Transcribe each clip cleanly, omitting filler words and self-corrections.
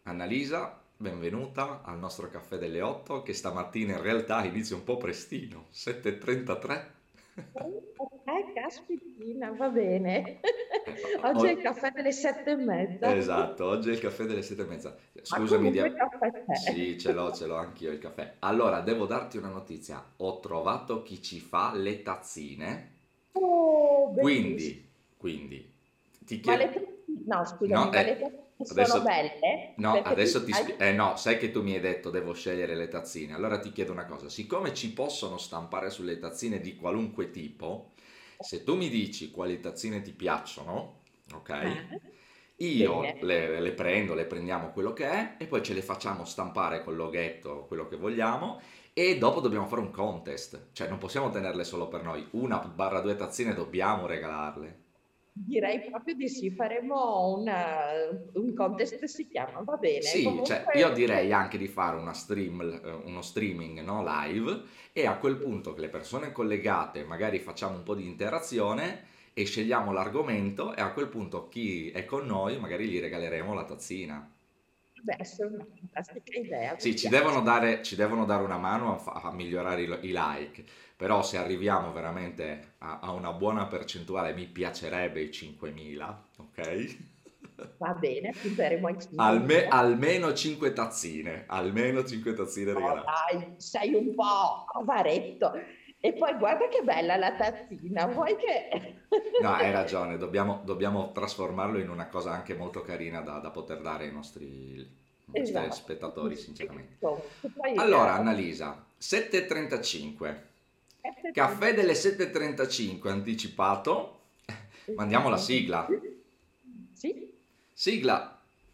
Annalisa, benvenuta al nostro caffè delle 8 che stamattina in realtà inizia un po' prestino, 7:33. Caspiterina, va bene. Eh, Oggi è il o- caffè delle 7:30. esatto, oggi è il caffè delle 7:30. Ma Scusami comunque caffè Sì, c'è. ce l'ho anch'io il caffè. Allora, devo darti una notizia. Ho trovato chi ci fa le tazzine, Oh, bellissimo. quindi, ti Ma le chiedo... tazzine, no, No, scusami, ma le tazzine sono adesso... belle? No, Perché tu adesso ti sai, spiego. No, sai che tu mi hai detto devo scegliere le tazzine. Allora ti chiedo una cosa. Siccome ci possono stampare sulle tazzine di qualunque tipo, se tu mi dici quali tazzine ti piacciono, ok? eh, Io bene. le prendo, le prendiamo quello che è e poi ce le facciamo stampare col loghetto, quello che vogliamo. E dopo dobbiamo fare un contest. Cioè non possiamo tenerle solo per noi. Una barra due tazzine dobbiamo regalarle. Direi proprio di sì, faremo un contest, si chiama, va bene. Sì, cioè io Comunque, direi anche di fare uno streaming, no, live, e a quel punto che le persone collegate magari facciamo un po' di interazione e scegliamo l'argomento e a quel punto chi è con noi magari gli regaleremo la tazzina. deve essere una fantastica idea, mi Sì, piace. ci devono dare una mano a migliorare i like, però se arriviamo veramente a una buona percentuale, mi piacerebbe i 5.000, ok? Va bene, punteremo ai 5.000. Almeno 5 tazzine No, regalate. dai, sei un po' avaretto. E poi guarda che bella la tazzina, vuoi che... No, hai ragione, dobbiamo trasformarlo in una cosa anche molto carina da poter dare ai nostri Esatto, spettatori, sinceramente. insomma, che poi Allora, Annalisa, 7.35. Caffè delle 7,35. 7.35 anticipato. Mandiamo la sigla. 7,35. Sì? Sigla.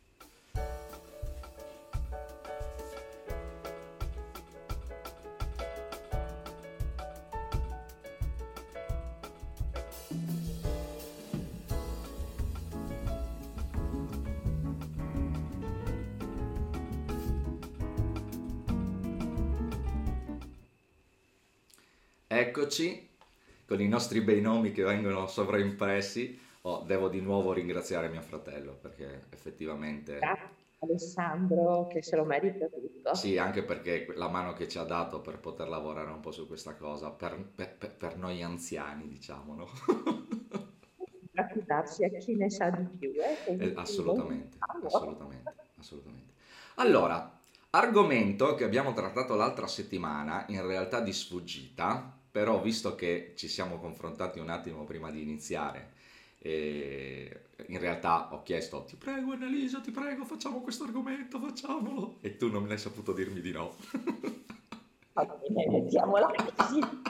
Eccoci, con i nostri bei nomi che vengono sovraimpressi. Oh, devo di nuovo ringraziare mio fratello perché effettivamente Grazie Alessandro, che se lo merita sì, tutto. anche perché la mano che ci ha dato per poter lavorare un po' su questa cosa, per noi anziani, diciamo, no? Affidarsi a chi ne sa di più, quindi non Assolutamente, farlo. assolutamente, assolutamente. Allora, argomento che abbiamo trattato l'altra settimana, in realtà di sfuggita, però visto che ci siamo confrontati un attimo prima di iniziare, in realtà ho chiesto, ti prego Annalisa, ti prego, facciamo questo argomento, facciamolo. E tu non hai saputo dirmi di no. Va bene, mettiamola così.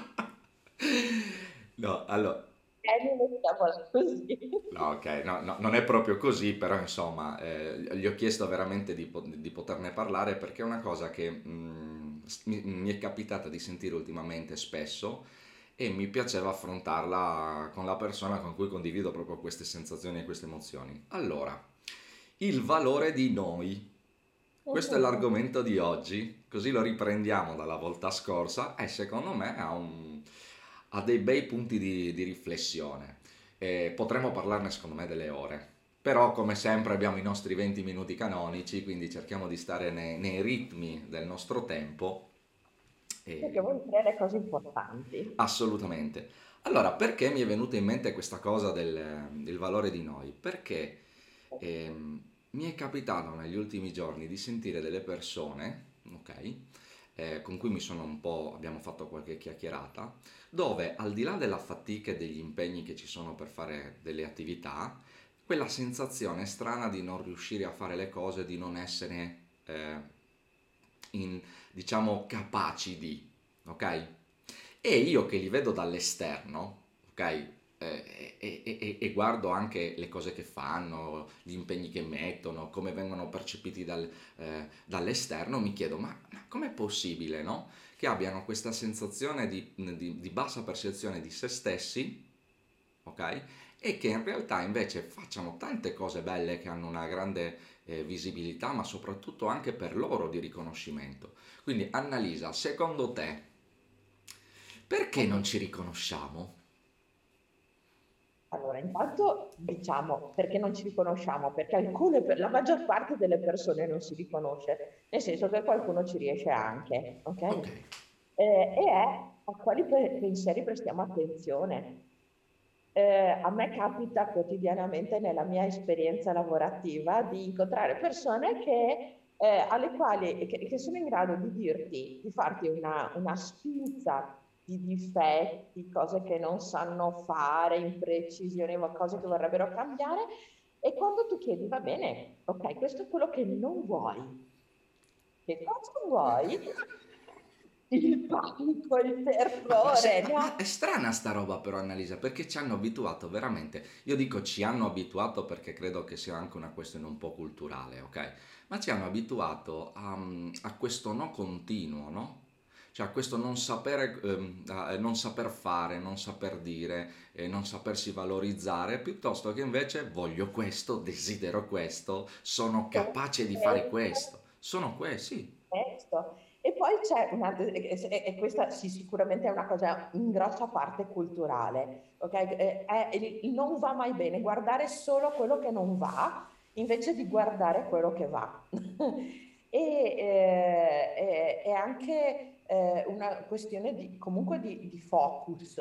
No, allora, Mettiamola così. no, ok, no, no, non è proprio così, però insomma, gli ho chiesto veramente di poterne parlare perché è una cosa che mi è capitata di sentire ultimamente spesso e mi piaceva affrontarla con la persona con cui condivido proprio queste sensazioni e queste emozioni. Allora, il valore di noi. Questo è l'argomento di oggi, così lo riprendiamo dalla volta scorsa e secondo me ha dei bei punti di riflessione. Potremmo parlarne secondo me delle ore, però come sempre abbiamo i nostri 20 minuti canonici, quindi cerchiamo di stare nei ritmi del nostro tempo. Perché E vuol dire le cose importanti. assolutamente. Allora, perché mi è venuta in mente questa cosa del valore di noi? Perché mi è capitato negli ultimi giorni di sentire delle persone, ok, con cui mi sono un po', abbiamo fatto qualche chiacchierata, dove al di là della fatica e degli impegni che ci sono per fare delle attività, quella sensazione strana di non riuscire a fare le cose, di non essere, in, diciamo, capaci di, ok? E io che li vedo dall'esterno, ok? E guardo anche le cose che fanno, gli impegni che mettono, come vengono percepiti dall'esterno, mi chiedo, ma com'è possibile, no? Che abbiano questa sensazione di bassa percezione di se stessi, ok? E che in realtà invece facciano tante cose belle che hanno una grande visibilità, ma soprattutto anche per loro di riconoscimento. Quindi, Annalisa, secondo te, perché non ci riconosciamo? Allora, intanto diciamo perché non ci riconosciamo, perché la maggior parte delle persone non si riconosce, nel senso che qualcuno ci riesce anche, ok? Ok, E è a quali pensieri prestiamo attenzione. A me capita quotidianamente nella mia esperienza lavorativa di incontrare persone alle quali, che sono in grado di dirti, di farti una sfilza di difetti, cose che non sanno fare, imprecisioni, ma cose che vorrebbero cambiare. E quando tu chiedi, va bene, ok, questo è quello che non vuoi, che cosa vuoi? Il panico, il terrore, ma è no? strana sta roba però Annalisa, perché ci hanno abituato veramente, io dico ci hanno abituato perché credo che sia anche una questione un po' culturale, ok? Ma ci hanno abituato a questo no continuo, no? Cioè a questo non sapere, non saper fare, non saper dire, non sapersi valorizzare, piuttosto che invece voglio questo, desidero questo, sono capace di fare questo. Sono sì. Questo. E poi c'è e questa sì, sicuramente è una cosa in grossa parte culturale, ok? Il non va mai bene, guardare solo quello che non va invece di guardare quello che va. È anche una questione comunque di focus,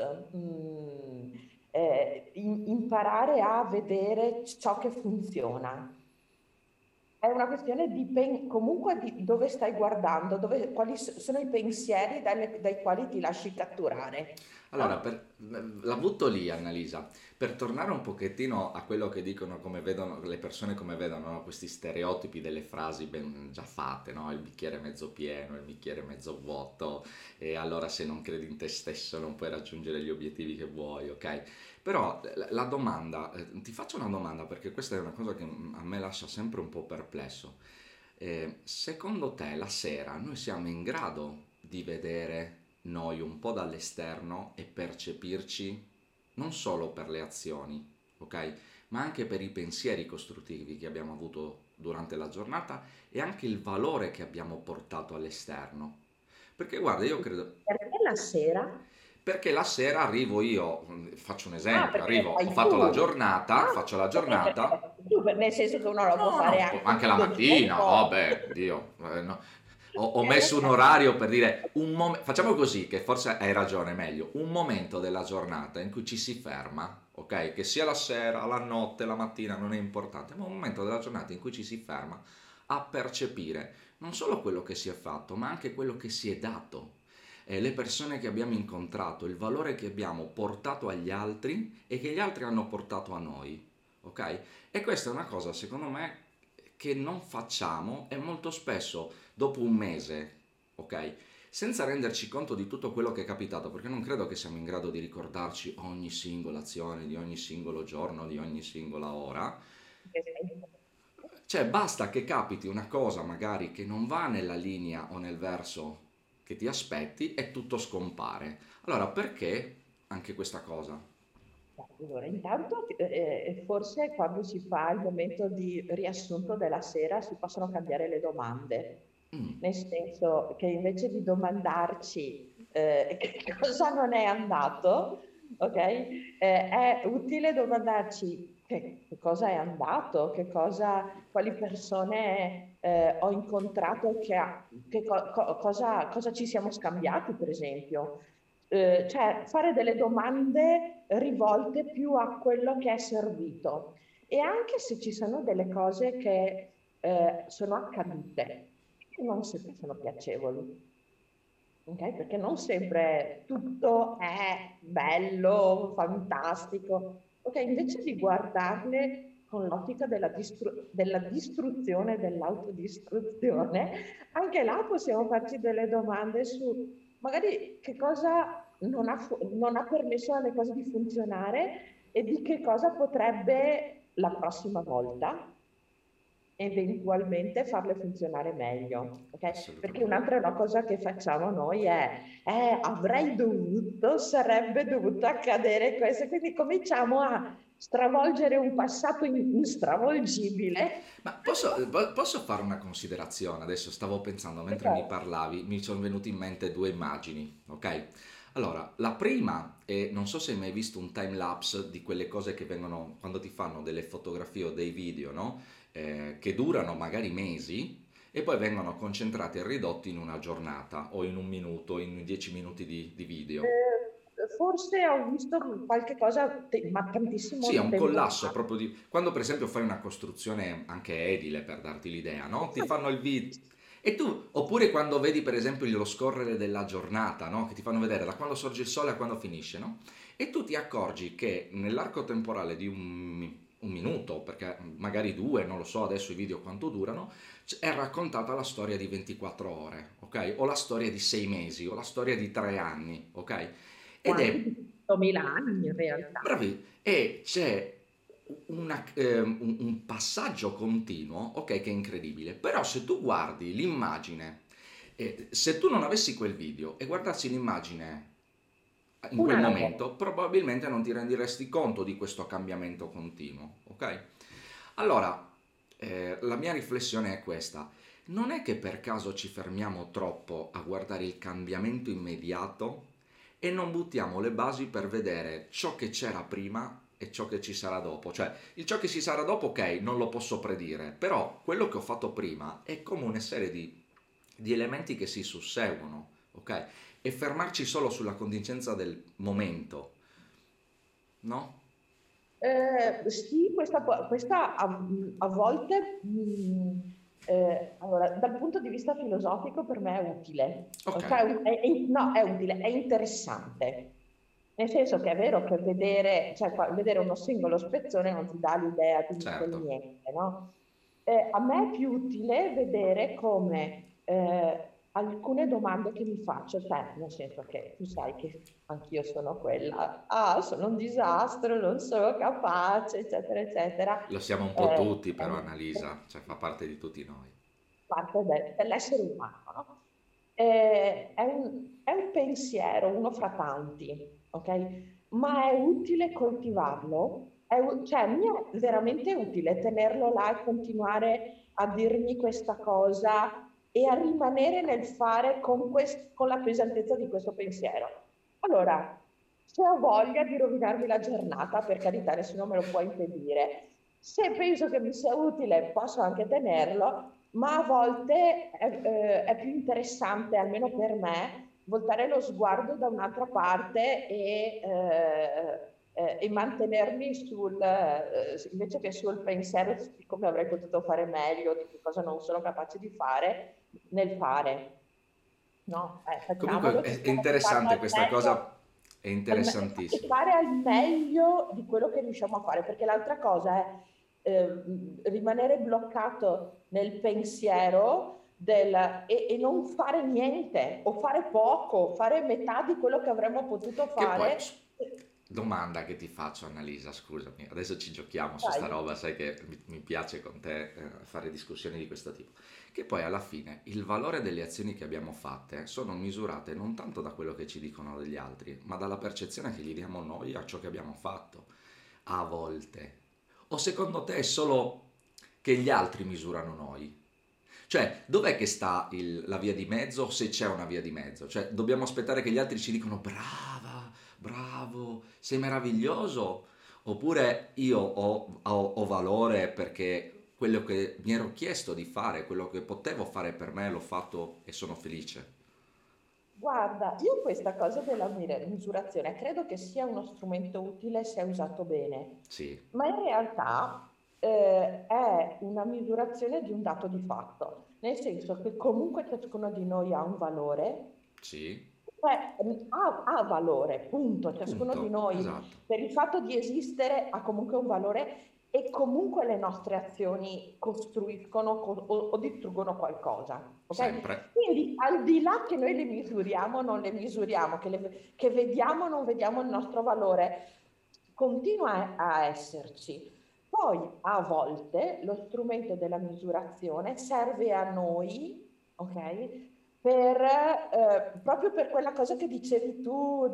imparare a vedere ciò che funziona. È una questione comunque di dove stai guardando, quali sono i pensieri dai quali ti lasci catturare, Allora, no? la butto lì, Annalisa, per tornare un pochettino a quello che dicono, come vedono le persone, come vedono no, questi stereotipi delle frasi ben già fatte, no? Il bicchiere mezzo pieno, il bicchiere mezzo vuoto, e allora se non credi in te stesso non puoi raggiungere gli obiettivi che vuoi, ok? Però la domanda, ti faccio una domanda perché questa è una cosa che a me lascia sempre un po' perplesso. Secondo te la sera noi siamo in grado di vedere noi un po' dall'esterno e percepirci non solo per le azioni, ok? Ma anche per i pensieri costruttivi che abbiamo avuto durante la giornata e anche il valore che abbiamo portato all'esterno. Perché guarda, io credo, Perché la sera? perché la sera arrivo io, faccio un Ah, esempio, perché lo arrivo, ho fai fatto la tu. giornata, Ah, faccio la ok, giornata. perfetto. Tu, nel senso che uno lo può No, fare no, anche anche la subito mattina, oh dopo. beh, Dio, no. Ho Ok, messo un ok. orario per dire facciamo così, che forse hai ragione, meglio, un momento della giornata in cui ci si ferma, ok? Che sia la sera, la notte, la mattina, non è importante, ma un momento della giornata in cui ci si ferma a percepire non solo quello che si è fatto, ma anche quello che si è dato, le persone che abbiamo incontrato, il valore che abbiamo portato agli altri e che gli altri hanno portato a noi, ok? E questa è una cosa, secondo me, che non facciamo e molto spesso dopo un mese, ok? Senza renderci conto di tutto quello che è capitato, perché non credo che siamo in grado di ricordarci ogni singola azione, di ogni singolo giorno, di ogni singola ora. Cioè, basta che capiti una cosa magari che non va nella linea o nel verso che ti aspetti e tutto scompare. Allora, perché anche questa cosa? Allora, intanto forse quando si fa il momento di riassunto della sera si possono cambiare le domande, Mm, nel senso che invece di domandarci che cosa non è andato, ok? È utile domandarci che cosa è andato, quali persone ho incontrato, cosa ci siamo scambiati, per esempio. Cioè fare delle domande rivolte più a quello che è servito e anche se ci sono delle cose che sono accadute, che non sempre sono piacevoli, ok? Perché non sempre tutto è bello, fantastico. Ok, invece di guardarle con l'ottica della distruzione, dell'autodistruzione, anche là possiamo farci delle domande su magari che cosa non ha permesso alle cose di funzionare e di che cosa potrebbe la prossima volta eventualmente farle funzionare meglio, ok? Perché assolutamente. un'altra cosa che facciamo noi avrei dovuto, sarebbe dovuto accadere questo, quindi cominciamo a stravolgere un passato instravolgibile. Ma posso fare una considerazione? Adesso stavo pensando, mentre mi Perché? parlavi, mi sono venute in mente due immagini, ok? Allora, la prima è, non so se hai mai visto un time lapse di quelle cose che vengono quando ti fanno delle fotografie o dei video, no? Che durano magari mesi e poi vengono concentrati e ridotti in una giornata o in un minuto, in 10 minuti di video. Forse ho visto qualche cosa, ma Sì, è tantissimo un tempo collasso fa. proprio di... Quando per esempio fai una costruzione anche edile, per darti l'idea, no? Ti fanno il video... E tu, oppure quando vedi per esempio lo scorrere della giornata, no? Che ti fanno vedere da quando sorge il sole a quando finisce, no? E tu ti accorgi che nell'arco temporale di un minuto, perché magari due, non lo so adesso i video quanto durano, è raccontata la storia di 24 ore, ok? O la storia di 6 mesi, o la storia di 3 anni, ok? O Ed anche è di 100.000 anni in realtà. bravi, e c'è un passaggio continuo, ok, che è incredibile. Però se tu guardi l'immagine, se tu non avessi quel video e guardassi l'immagine in quel Una alla volta. momento, probabilmente non ti renderesti conto di questo cambiamento continuo, ok? Allora, la mia riflessione è questa. Non è che per caso ci fermiamo troppo a guardare il cambiamento immediato e non buttiamo le basi per vedere ciò che c'era prima e ciò che ci sarà dopo. Cioè, il ciò che ci sarà dopo, ok, non lo posso predire, però quello che ho fatto prima è come una serie di elementi che si susseguono, ok? E fermarci solo sulla contingenza del momento, no? Sì, questa a volte, allora, dal punto di vista filosofico per me è utile, Ok, ok? No, è utile, è interessante. Nel senso che è vero che vedere, cioè, vedere uno singolo spezzone non ti dà l'idea di quel certo. niente, no? A me è più utile vedere come alcune domande che mi faccio, cioè, nel senso che tu sai che anch'io sono quella, sono un disastro, non sono capace, eccetera, eccetera. Lo siamo un po' tutti però, È Annalisa, cioè fa parte di tutti noi. parte dell'essere umano, no? È un pensiero, uno fra tanti, ok? Ma è utile coltivarlo? Cioè, mi è veramente utile tenerlo là e continuare a dirmi questa cosa e a rimanere nel fare con la pesantezza di questo pensiero. Allora, se ho voglia di rovinarmi la giornata, per carità, nessuno me lo può impedire. Se penso che mi sia utile, posso anche tenerlo, ma a volte è più interessante, almeno per me, voltare lo sguardo da un'altra parte e mantenermi invece che sul pensiero di come avrei potuto fare meglio, di che cosa non sono capace di fare, nel fare. No, Comunque facciamolo, è cerchiamo di farlo interessante al questa meglio, cosa, è interessantissimo. fare al meglio di quello che riusciamo a fare, perché l'altra cosa è rimanere bloccato nel pensiero e non fare niente o fare poco, fare metà di quello che avremmo potuto Che poi, fare. domanda che ti faccio, Annalisa, scusami, adesso ci giochiamo su sta Sai, roba, sai che mi piace con te fare discussioni di questo tipo. Che poi alla fine il valore delle azioni che abbiamo fatte sono misurate non tanto da quello che ci dicono degli altri, ma dalla percezione che gli diamo noi a ciò che abbiamo fatto. A volte. O secondo te è solo che gli altri misurano noi? Cioè, dov'è che sta la via di mezzo se c'è una via di mezzo? Cioè, dobbiamo aspettare che gli altri ci dicano brava, bravo, sei meraviglioso? Oppure io ho valore perché quello che mi ero chiesto di fare, quello che potevo fare per me, l'ho fatto e sono felice. guarda, io questa cosa della misurazione credo che sia uno strumento utile se usato bene, Sì, ma in realtà è una misurazione di un dato di fatto, nel senso che comunque ciascuno di noi ha un valore, sì, cioè ha valore, punto. Ciascuno di punto, noi esatto, per il fatto di esistere ha comunque un valore e comunque le nostre azioni costruiscono o distruggono qualcosa, sempre. ok? Quindi al di là che noi le misuriamo, non le misuriamo, che vediamo o non vediamo il nostro valore, continua a esserci. Poi a volte lo strumento della misurazione serve a noi, ok? proprio per quella cosa che dicevi tu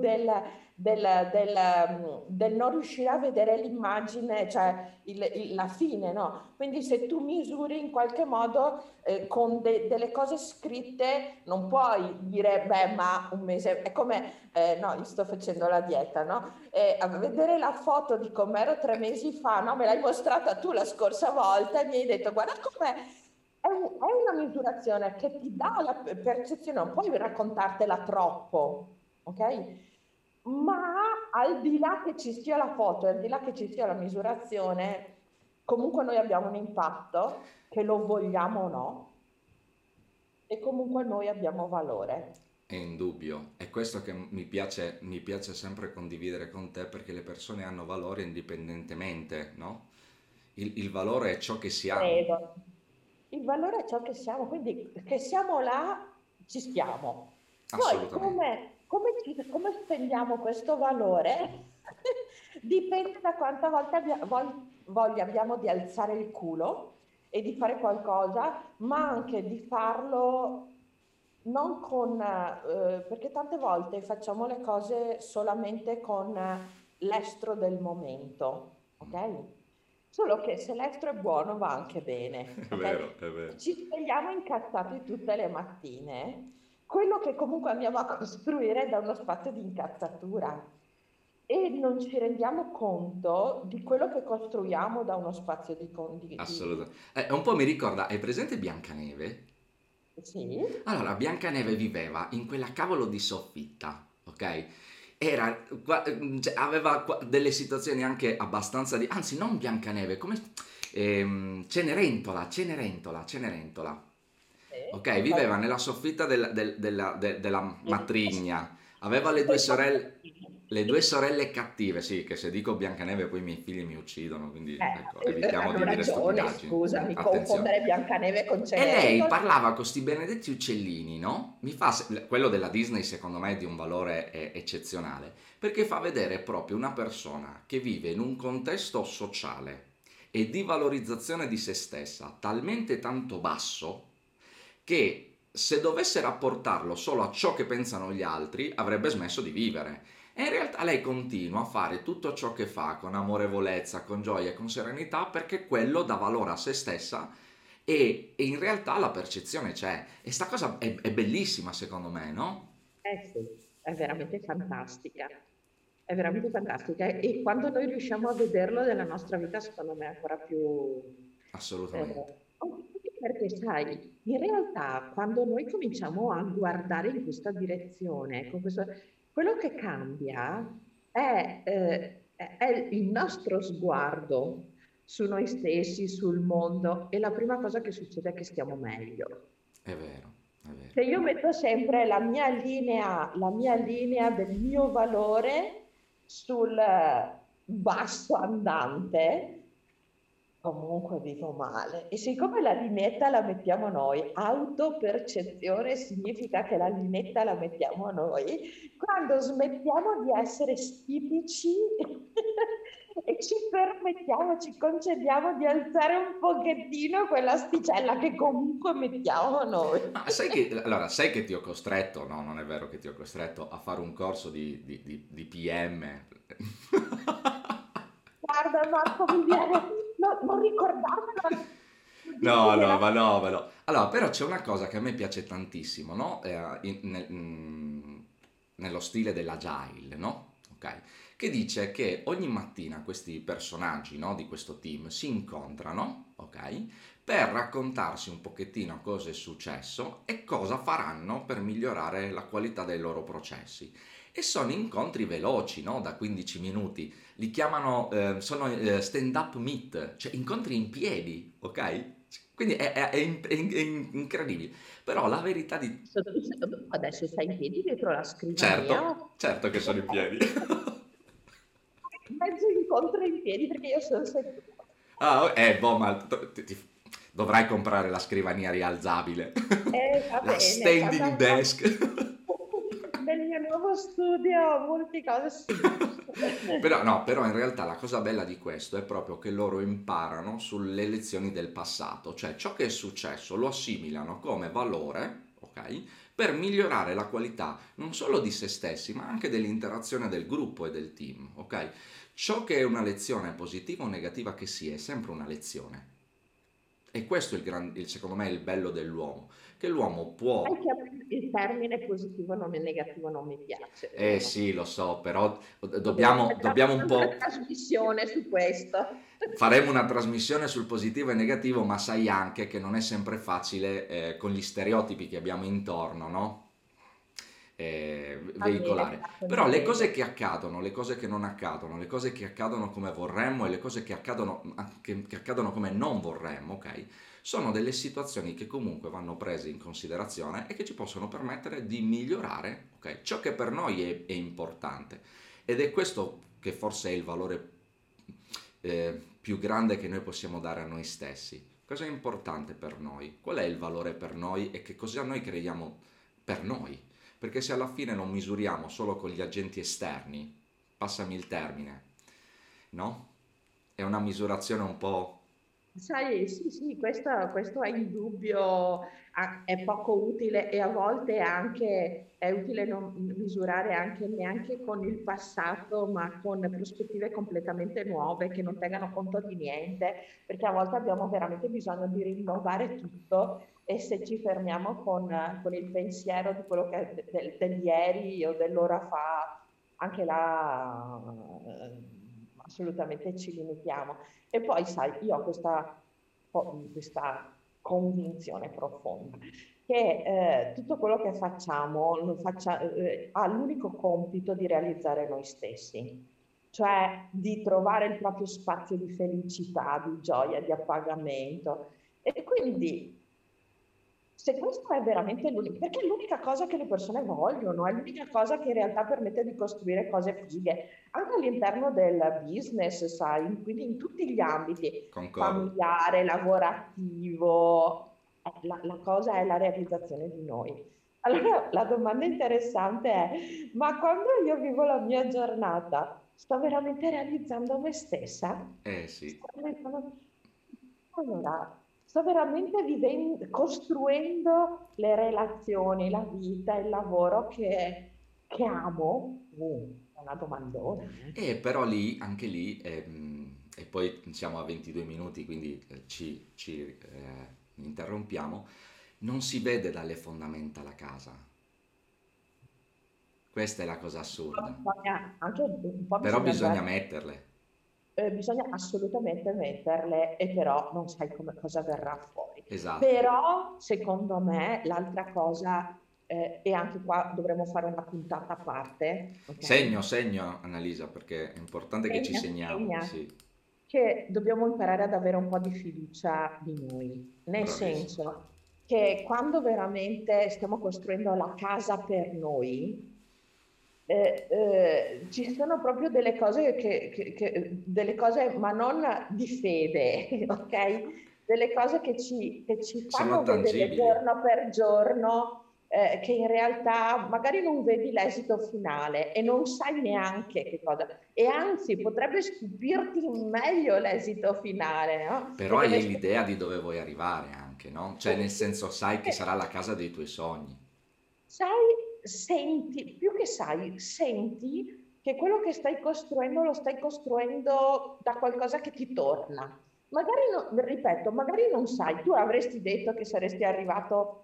del non riuscire a vedere l'immagine, cioè la fine, no? Quindi se tu misuri in qualche modo con delle cose scritte, non puoi dire, beh, ma un mese, è come, no, io sto facendo la dieta, no? A vedere la foto di com'ero 3 mesi fa, no? Me l'hai mostrata tu la scorsa volta e mi hai detto, guarda com'è. È una misurazione che ti dà la percezione, non puoi raccontartela troppo, ok? Ma al di là che ci sia la foto, al di là che ci sia la misurazione, comunque noi abbiamo un impatto, che lo vogliamo o no, e comunque noi abbiamo valore. È indubbio, è questo che mi piace sempre condividere con te perché le persone hanno valore indipendentemente, no? Il valore è ciò che siamo, Credo. Il valore è ciò che siamo, quindi che siamo là, ci stiamo. Poi assolutamente. come spendiamo questo valore dipende da quanta voglia abbiamo di alzare il culo e di fare qualcosa, ma anche di farlo non con, perché tante volte facciamo le cose solamente con l'estro del momento, ok? Solo che se l'estro è buono va anche bene, È vero, ok? è vero. Ci svegliamo incazzati tutte le mattine, quello che comunque andiamo a costruire è da uno spazio di incazzatura e non ci rendiamo conto di quello che costruiamo da uno spazio Assolutamente. Un po' mi ricorda, hai presente Biancaneve? sì, Allora, Biancaneve viveva in quella cavolo di soffitta, ok? Cioè, aveva delle situazioni anche abbastanza di... Anzi, non Biancaneve, come... Cenerentola. sì, Ok, viveva nella soffitta della matrigna. Aveva le due sorelle cattive, sì, che se dico Biancaneve poi i miei figli mi uccidono, quindi ecco, evitiamo hanno di dire ragione, stupidaggini. scusami, Attenzione. confondere Biancaneve con E lei Cenerentola. parlava con sti benedetti uccellini, no? Quello della Disney secondo me è di un valore eccezionale, perché fa vedere proprio una persona che vive in un contesto sociale e di valorizzazione di se stessa talmente tanto basso che se dovesse rapportarlo solo a ciò che pensano gli altri avrebbe smesso di vivere. E in realtà lei continua a fare tutto ciò che fa con amorevolezza, con gioia e con serenità perché quello dà valore a se stessa e in realtà la percezione c'è. E sta cosa è bellissima secondo me, no? Eh sì, è veramente fantastica. È veramente fantastica. E quando noi riusciamo a vederlo nella nostra vita, secondo me è ancora più... Assolutamente. anche perché, sai, in realtà quando noi cominciamo a guardare in questa direzione, quello che cambia è il nostro sguardo su noi stessi, sul mondo, e la prima cosa che succede è che stiamo meglio. È vero, è vero. Cioè io metto sempre la mia linea del mio valore sul basso andante, comunque vivo male. E siccome la lineetta la mettiamo noi, autopercezione significa che la lineetta la mettiamo noi, quando smettiamo di essere stipici e ci permettiamo, ci concediamo di alzare un pochettino quell'asticella che comunque mettiamo noi. Ma sai che ti ho costretto, no, non è vero che ti ho costretto a fare un corso di PM. Guarda Marco, mi viene, non ricordarmelo, No, no, dirmela. ma no, ma no. Allora, però c'è una cosa che a me piace tantissimo, no? Nello stile dell'agile, no? Ok? Che dice che ogni mattina questi personaggi, no, di questo team si incontrano, ok? Per raccontarsi un pochettino cosa è successo e cosa faranno per migliorare la qualità dei loro processi. E sono incontri veloci, no? Da 15 minuti. Li chiamano, sono stand-up meet, cioè incontri in piedi, ok? Quindi è incredibile. Però la verità di... Adesso stai in piedi dietro la scrivania. Certo, certo che sono in piedi. Mezzo incontro in piedi perché io sono seduta. Boh, ma dovrai comprare la scrivania rialzabile. Va La bene, standing desk. nel mio nuovo studio molte cose sì. Però no, però in realtà la cosa bella di questo è proprio che loro imparano sulle lezioni del passato, cioè ciò che è successo lo assimilano come valore, ok? ok? Per migliorare la qualità non solo di se stessi, ma anche dell'interazione del gruppo e del team, ok? Ciò che è una lezione positiva o negativa che sia, è sempre una lezione. E questo è secondo me è il bello dell'uomo, che l'uomo Sai può. che a me il termine positivo e negativo non mi piace, Eh vero? sì, lo so, però Dobbiamo dobbiamo un fare una po'. trasmissione su questo. Faremo una trasmissione sul positivo e negativo, ma sai anche che non è sempre facile con gli stereotipi che abbiamo intorno, no? Va bene, Veicolare. Però le cose perfettamente. che accadono, le cose che non accadono, le cose che accadono come vorremmo e le cose che accadono come non vorremmo, ok? Sono delle situazioni che comunque vanno prese in considerazione e che ci possono permettere di migliorare, ok? Ciò che per noi è importante. Ed è questo che forse è il valore più grande che noi possiamo dare a noi stessi. Cosa è importante per noi? Qual è il valore per noi e che cosa noi crediamo per noi? Perché se alla fine non misuriamo solo con gli agenti esterni, passami il termine, no? È una misurazione un po'. Sai, sì, sì, questo è indubbio, è poco utile e a volte anche è utile non misurare anche neanche con il passato, ma con prospettive completamente nuove che non tengano conto di niente, perché a volte abbiamo veramente bisogno di rinnovare tutto e se ci fermiamo con il pensiero di quello che è del ieri o dell'ora fa, anche là assolutamente ci limitiamo. E poi, sai, io ho questa convinzione profonda che tutto quello che facciamo ha l'unico compito di realizzare noi stessi, cioè di trovare il proprio spazio di felicità, di gioia, di appagamento. E quindi se questo è veramente l'unica, perché è l'unica cosa che le persone vogliono, è l'unica cosa che in realtà permette di costruire cose fighe, anche all'interno del business, sai, quindi in tutti gli ambiti, Concordo. familiare, lavorativo, la cosa è la realizzazione di noi. Allora la domanda interessante è, ma quando io vivo la mia giornata, sto veramente realizzando me stessa? Eh sì. Allora, sto veramente costruendo le relazioni, la vita, il lavoro che amo? È una domandona, eh? E però lì, anche lì, e poi siamo a 22 minuti, quindi ci interrompiamo, non si vede dalle fondamenta la casa. Questa è la cosa assurda. Anche un po' Però bisogna bisogna andare, metterle. bisogna assolutamente metterle e però non sai cosa verrà fuori. Esatto. Però, secondo me, l'altra cosa, e anche qua dovremmo fare una puntata a parte, ok? Segno Annalisa, perché è importante che ci Segna, segniamo. segna, Sì, che dobbiamo imparare ad avere un po' di fiducia di noi, nel bravissimo. senso che quando veramente stiamo costruendo la casa per noi, ci sono proprio delle cose delle cose, ma non di fede, ok? Delle cose che ci Sono fanno vedere tangibili. giorno per giorno, che in realtà magari non vedi l'esito finale e non sai neanche che cosa. E anzi, potrebbe stupirti meglio l'esito finale, no? Però Perché hai l'idea di dove vuoi arrivare anche, no? Cioè, nel senso, sai che sarà la casa dei tuoi sogni. sai, senti, più che sai, senti che quello che stai costruendo lo stai costruendo da qualcosa che ti torna. Magari, ripeto, magari non sai, tu avresti detto che saresti arrivato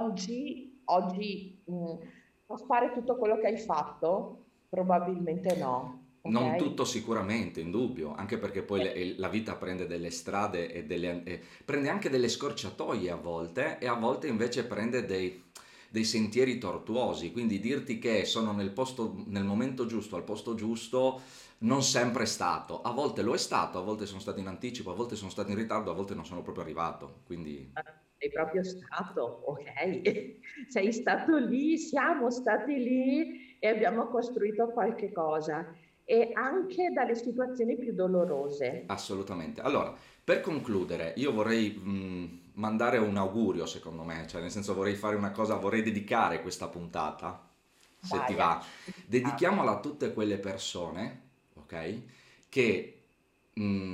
oggi a fare tutto quello che hai fatto? Probabilmente no, Non ok? tutto sicuramente, indubbio, anche perché poi la vita prende delle strade e prende anche delle scorciatoie a volte e a volte invece prende dei sentieri tortuosi, quindi dirti che sono nel momento giusto, al posto giusto, non sempre è stato. A volte lo è stato, a volte sono stato in anticipo, a volte sono stato in ritardo, a volte non sono proprio arrivato. Quindi Sei proprio stato, ok? Sei stato lì, siamo stati lì e abbiamo costruito qualche cosa. E anche dalle situazioni più dolorose. assolutamente. Allora, per concludere, io vorrei mandare un augurio, secondo me, cioè nel senso vorrei fare una cosa, vorrei dedicare questa puntata, se ti Vai, va, dedichiamola a tutte quelle persone, ok, che mh,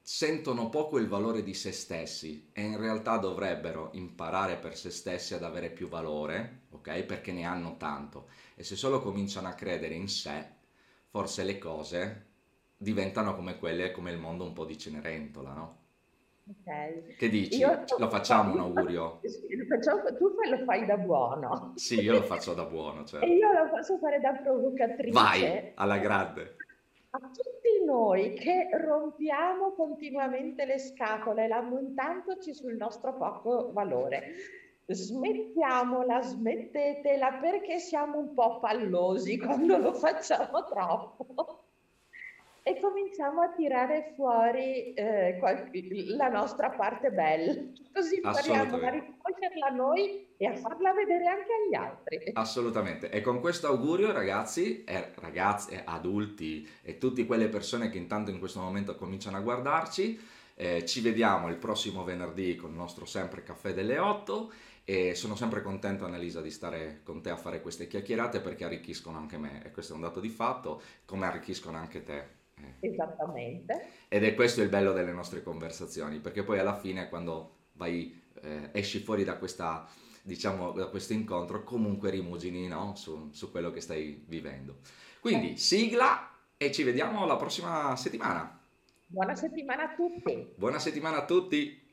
sentono poco il valore di se stessi e in realtà dovrebbero imparare per se stessi ad avere più valore, ok? Perché ne hanno tanto. E se solo cominciano a credere in sé, forse le cose diventano come quelle, come il mondo un po' di Cenerentola, no? Ok. Che Io, dici? Lo facciamo un io- augurio? sì, lo fai da buono. Sì, io lo faccio da buono, E certo. io lo posso fare da Vai, provocatrice. alla grande. A tutti noi che rompiamo continuamente le scatole lamentandoci sul nostro poco valore. Smettiamola, smettetela perché siamo un po' pallosi quando lo facciamo troppo. E cominciamo a tirare fuori la nostra parte bella, così impariamo a Assolutamente. riconoscerla noi e a farla vedere anche agli altri. Assolutamente. E con questo augurio, ragazzi, e ragazze, adulti e tutte quelle persone che intanto in questo momento cominciano a guardarci, ci vediamo il prossimo venerdì con il nostro sempre caffè delle 8 e sono sempre contento, Annalisa, di stare con te a fare queste chiacchierate perché arricchiscono anche me e questo è un dato di fatto, come arricchiscono anche te. Esattamente. Ed è questo il bello delle nostre conversazioni, perché poi alla fine quando esci fuori da questa, diciamo, da questo incontro, comunque rimugini, no? Su quello che stai vivendo. Quindi sigla e ci vediamo la prossima settimana. Buona settimana a tutti. Buona settimana a tutti!